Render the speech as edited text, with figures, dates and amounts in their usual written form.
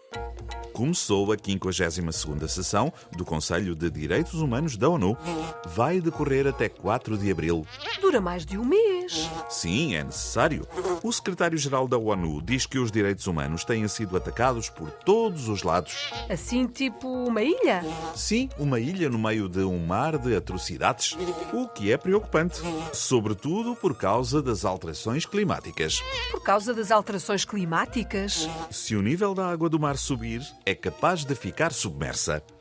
Começou a 52ª sessão do Conselho de Direitos Humanos da ONU. Vai decorrer até 4 de abril. Dura mais de um mês. Sim, é necessário. O secretário-geral da ONU diz que os direitos humanos têm sido atacados por todos os lados. Assim, tipo uma ilha? Sim, uma ilha no meio de um mar de atrocidades, o que é preocupante, sobretudo por causa das alterações climáticas. Por causa das alterações climáticas? Se o nível da água do mar subir, é capaz de ficar submersa.